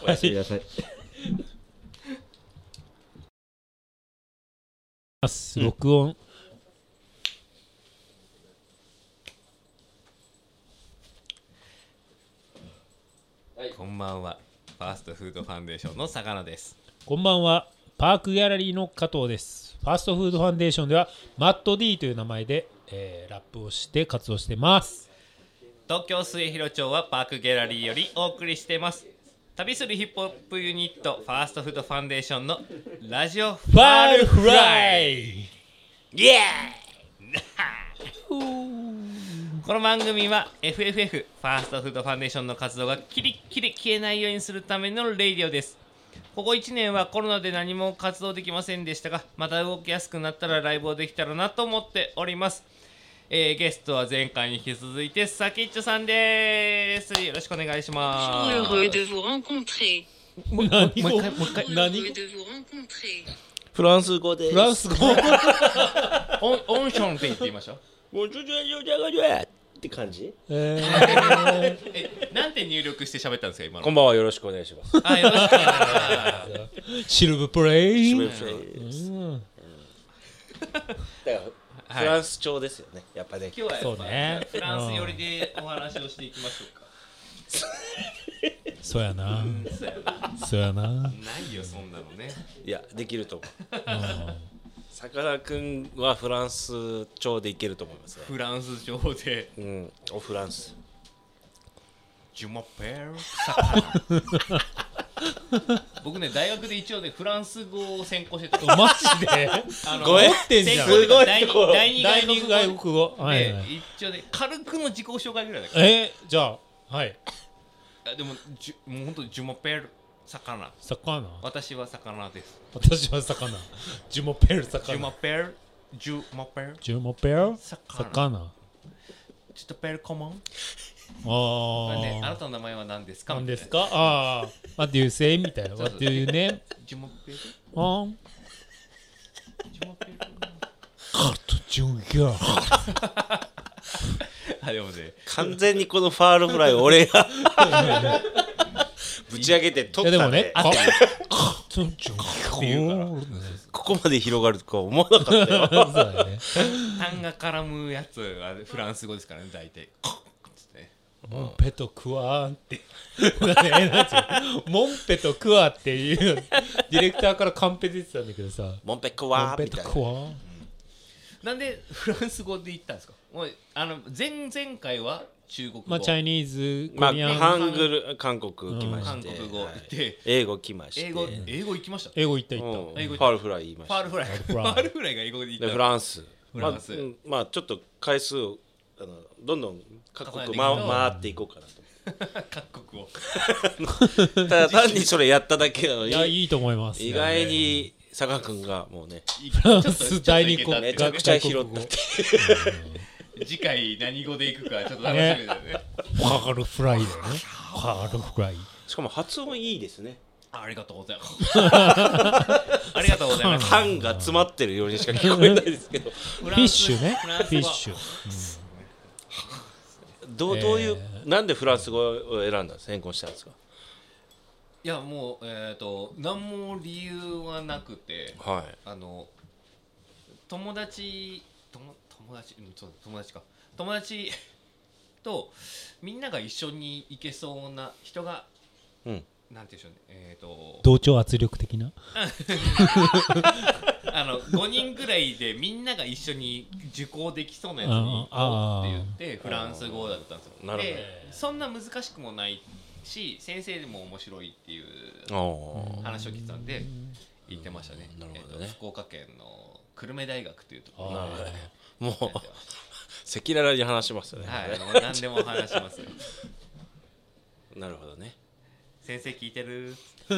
おやすみなさい。 録音、 こんばんは。ファーストフードファンデーションの坂野です。 こんばんは。パークギャラリーの加藤です。ファーストフードファンデーションではマット D という名前で、ラップをして活動してます。 東京末広町はパークギャラリーよりお送りしています。旅するヒップホップユニットファーストフードファンデーションのラジオファールフライイエーイこの番組は FFF ファーストフードファンデーションの活動がキリッキリ消えないようにするためのレイディオです。ここ1年はコロナで何も活動できませんでしたが、また動きやすくなったらライブをできたらなと思っております。ゲストは前回に引き続いてサキッチョさんです。よろしくお願いします。 heureux de vous rencontrer。 もう一回。 heureux de vous rencontrer。 フランス語でフランス語オンションって言ってみましょう。 もうちょって感じ。 なんて入力して喋ったんですか今の。 こんばんは、よろしくお願いします。 あ、よろしくお願いします。 シルブプレイだからフランス調ですよね、やっぱね。 今日はそうねフランス寄りでお話をしていきましょうか。 そうやなそうやなないよそんなのね。 いや、できると思う。さかなクンはフランス調でいけると思いますね。 フランス上でオフランスジュモペルサカナ僕ね、大学で一応ねフランス語を専攻してた。 マジでごめん、 持ってんじゃん。 すごい第ところ。 二第二外国語、はいはい、 一応ね軽くの自己紹介ぐらいだから。 じゃあはいでももう本当にジュモペル魚。 魚。 私は魚です。 私は魚。ジュモペル魚。 ジュモペルジュモペル魚。 ちょっとペルコモン。 ね、 あなたの名前は何ですか。 何ですか。What do you say みたいな。What do you name？ ジュモペル。 ジュモペル。カートジュンヤー。 でもね、 完全にこのファールフライを俺がぶち上げて取ったね。 カートジュンヤー。 ここまで広がるとか思わなかったよ。 単が絡むやつはフランス語ですからね、大体。 モンペとクワーンってモンペとクワっていうディレクターからカンペ出てたんだけどさ、 モンペクワーみたいな。 なんでフランス語で言ったんですか。もう前々回は中国語、 チャイニーズ、コリアン、 ハングル、韓国来まして、 韓国語で英語来まして、 英語行きました。 英語言ったファールフライ言いました。 ファールフライが英語で言った。 フランス。まあちょっと回数をどんどん各国回っていこうかなと。 各国をただ単にそれやっただけなのに、 いや、いいと思います。 意外に坂君がもうね、 フランス第二国めちゃくちゃ拾ったって。 次回何語でいくかちょっと楽しみだよね。 ファールフライだよね。ファールフライ。 しかも発音いいですね。 ありがとうございます。ありがとうございます。 缶が詰まってるようにしか聞こえないですけど。 フィッシュね。フィッシュ。 どういうなんでフランス語を選んだんですか。変更したんですか。 いやもう何も理由はなくて、 はい、 友達とみんなが一緒に行けそうな人が、なんていうんでしょうね、 同調圧力的な 5人ぐらいでみんなが一緒に受講できそうなやつに行こうって言ってフランス語だったんですよ。でそんな難しくもないし先生でも面白いっていう話を聞いてたんで言ってましたね。 なるほどね。 福岡県の久留米大学というところもう赤裸々に話しますよね。 はい、何でも話しますよ。 なるほどね。 先生聞いてる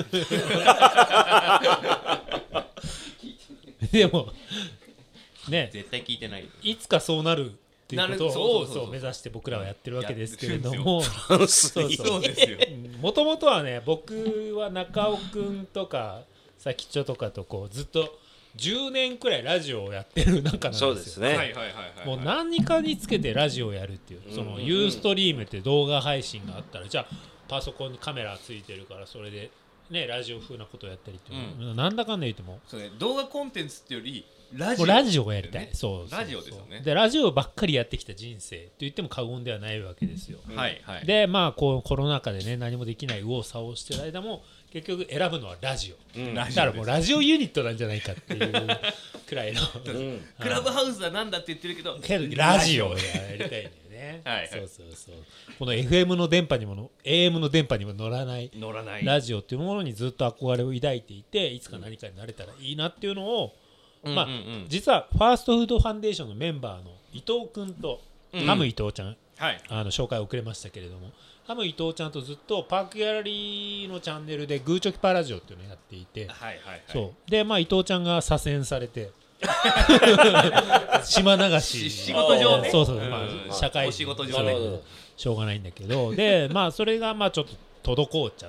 でもね、 絶対聞いてない。 いつかそうなるっていうことを目指して僕らはやってるわけですけれども、 そうですよ。 もともとはね、僕は中尾くんとかさきちょとかとこうずっと10年くらいラジオをやってる中なんですよ。 そうですね。 もう何かにつけてラジオをやるっていう、そのユーストリームって動画配信があったら、じゃあパソコンにカメラついてるからそれでねラジオ風なことをやったりっていうの、なんだかんだ言ってもそうね、動画コンテンツってよりラジオをやりたい、そうラジオですよね。 でラジオばっかりやってきた人生と言っても過言ではないわけですよ、 はいはい。 でまあこうコロナ禍でね何もできない右往左往してる間も結局選ぶのはラジオ、だからもうラジオユニットなんじゃないかっていうくらいのクラブハウスはなんだって言ってるけどラジオをやりたいんだよねはいはい、 そうこの FM の電波にも AM の電波にも乗らないラジオっていうものにずっと憧れを抱いていて、いつか何かになれたらいいなっていうのを、まあ実はファーストフードファンデーションのメンバーの伊藤君と、ハム伊藤ちゃん、紹介遅れましたけれども、ハム伊藤ちゃんとずっとパークギャラリーのチャンネルでグーチョキパーラジオっていうのをやっていて、そうでまあ伊藤ちゃんが左遷されて島流し仕事上ね、 そうまあ社会仕事上ねしょうがないんだけど、でまあそれがまあちょっと滞っちゃって、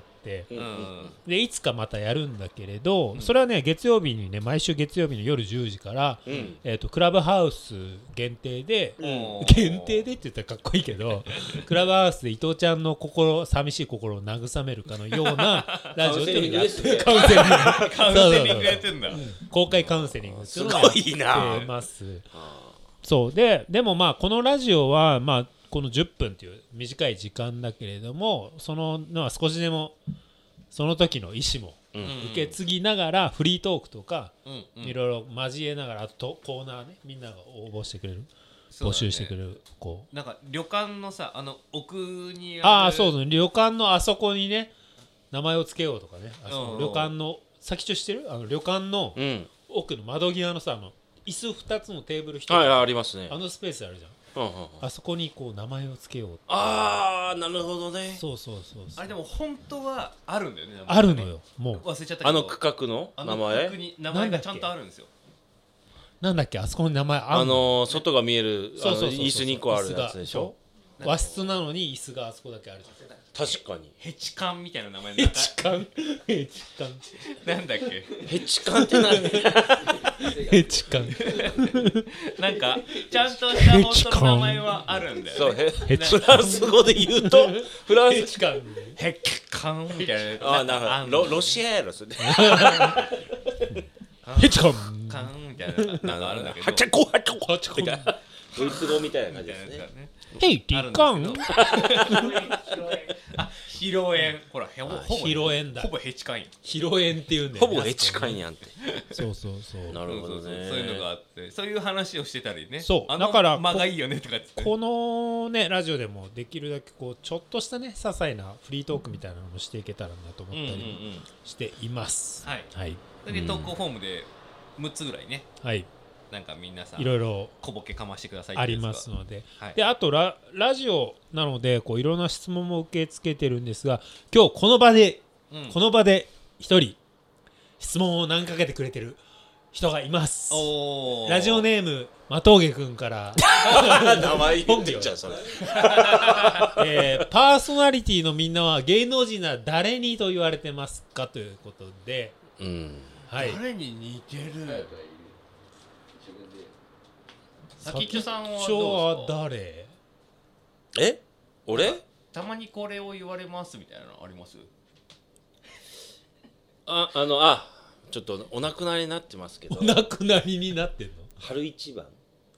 でいつかまたやるんだけれど、それはね月曜日にね毎週月曜日の夜10時から、クラブハウス限定で、限定でって言ったらかっこいいけどクラブハウスで伊藤ちゃんの寂しい心を慰めるかのようなラジオっていうのをやってる、カウンセリングやってんだ、公開カウンセリングっていうのをやってます。そうでもまあこのラジオはまあこの10分という短い時間だけれども、そののは少しでもその時の意思も受け継ぎながらフリートークとかいろいろ交えながら、あとコーナーね、みんなが応募してくれる、募集してくれる、こうなんか旅館のさ奥にそう旅館のあそこにね名前をつけようとかね、旅館の先っちょしてる旅館の奥の窓際のさ椅子2つのテーブル1つ、 ありますね、 スペースあるじゃん、あそこにこう名前をつけよう。 なるほどね。 そうあれでも本当はあるんだよね。 あるのよ、もう忘れちゃったけど、 区画の名前、 名前がちゃんとあるんですよ。 なんだっけ、あそこに名前ある外が見える椅子2個あるやつでしょ。 和室なのに椅子があそこだけあるじゃん。 確かにヘチカンみたいな名前ヘチカンなんだっけ、 ヘチカンって何ヘチカンなんかちゃんとした本当の名前はあるんだよね。 フランス語で言うとフランスヘチカンヘチカンみたいな、なんかロシアやろそれヘチカンみたいななんかあるんだけど、 ハチャコハチャコハチャコドイツ語みたいな感じですね。 ヘイティカンヒロエン、ほらヒロエンだ、 ほぼヘチカンやん、 ヒロエンっていうんだよね、ほぼヘチカンやんって。 そうなるほどね、 そういうのがあって、そういう話をしてたりね、 そうだから間がいいよねとかって、 このねラジオでもできるだけこうちょっとしたね些細なフリートークみたいなのをしていけたらなと思ったりしています。 はい。で投稿フォームで6つぐらいね、はいなんか皆さんいろいろ小ボケかましてくださいありますので、であとラジオなのでこういろんな質問も受け付けてるんですが、今日この場で一人質問を投げかけてくれてる人がいます。ラジオネームまとうげくんから名前言ってんじゃんそれパーソナリティのみんなは芸能人なら誰にと言われてますかということで、 はい、誰に似てる？先っちょさんはどうですか？ 誰？ 俺？ たまにこれを言われますみたいなのあります？ ちょっとお亡くなりになってますけど。 お亡くなりになってんの？ 春一番。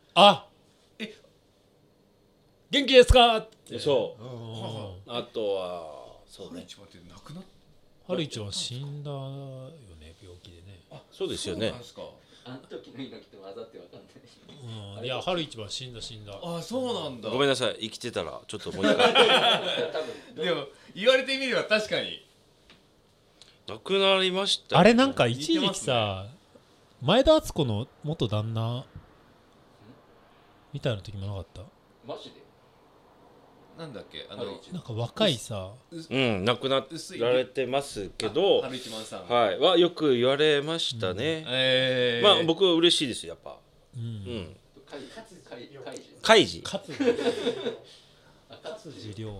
元気ですか？ そう。あとはそうね。 春一番って亡くなっ？ 春一番死んだよね、病気でね。 そうですよね。 あの時の猪木と混ざってわかんない。 いや春一番死んだ。 そうなんだ。 ごめんなさい、生きてたらちょっともう一回。 でも言われてみれば確かに亡くなりました。 あれなんか一時期さ、前田敦子の元旦那みたいな時もなかった？ マジで？ なんだっけ、 なんか若いさ、 亡くなられてますけど、 春一番さんはよく言われましたね。まあ僕は嬉しいですやっぱ。カイジ勝地涼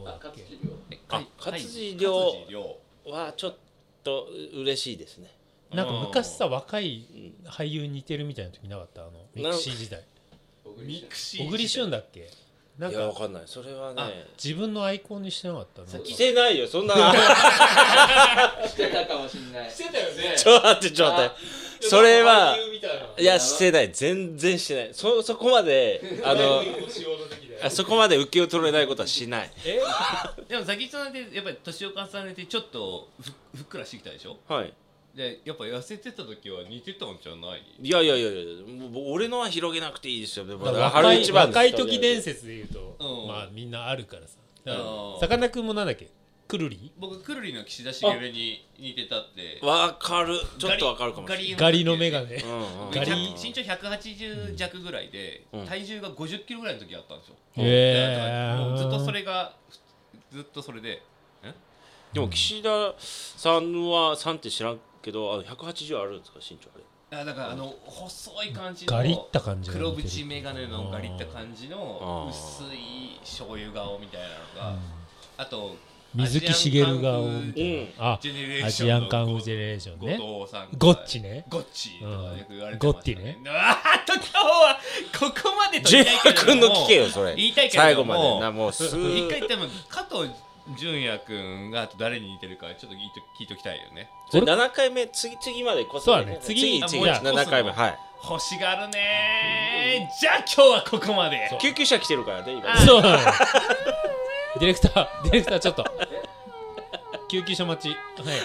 はちょっと嬉しいですね。 なんか昔さ若い俳優に似てるみたいな時なかった？ミクシー時代。小栗旬だっけ？ なんかいやわかんないそれはね自分のアイコンにしてなかったのしてないよそんなしてたかもしんない。 してたよねちょっと待ってちょっと待ってそれはいやしてない全然してないそこまでそこまで受けを取れないことはしないでもザキさんってやっぱり年を重ねてちょっとふっくらしてきたでしょ。 はいでやっぱ痩せてた時は似てたんじゃない？ いやもう俺のは広げなくていいですよだから若い時伝説で言うと、まあみんなあるからささかなクンもなんだっけくるり僕くるりの岸田茂に似てたってわかるちょっとわかるかもしれないガリのメガネガリ身長180弱ぐらいで、体重が50キロぐらいの時あったんですよ。もうずっとそれがずっとそれででも岸田さんは3って知らんけど180あるんですか身長あれだから細い感じのガリった感じ黒縁メガネのガリった感じの薄い醤油顔みたいなのがあと水木しげる顔みたいなアジアンカンフージェネレーションねゴッチねゴッチとかよく言われてゴましたッティね今日はここまでと言いたいけれども君の聞けよそれ言いたいけれども最後までなもう一回多分加藤純也くんが誰に似てるかちょっと聞いときたいよね。 7回目次までこそそうだね次 7回目はい欲しがるねじゃあ今日はここまで救急車来てるからね今そうなのディレクターちょっと救急車待ちはい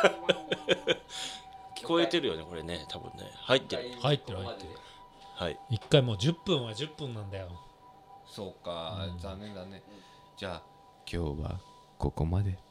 聞こえてるよねこれね多分ね入ってるはい一回もう10分は10分なんだよそうか残念だねじゃあ今日はここまで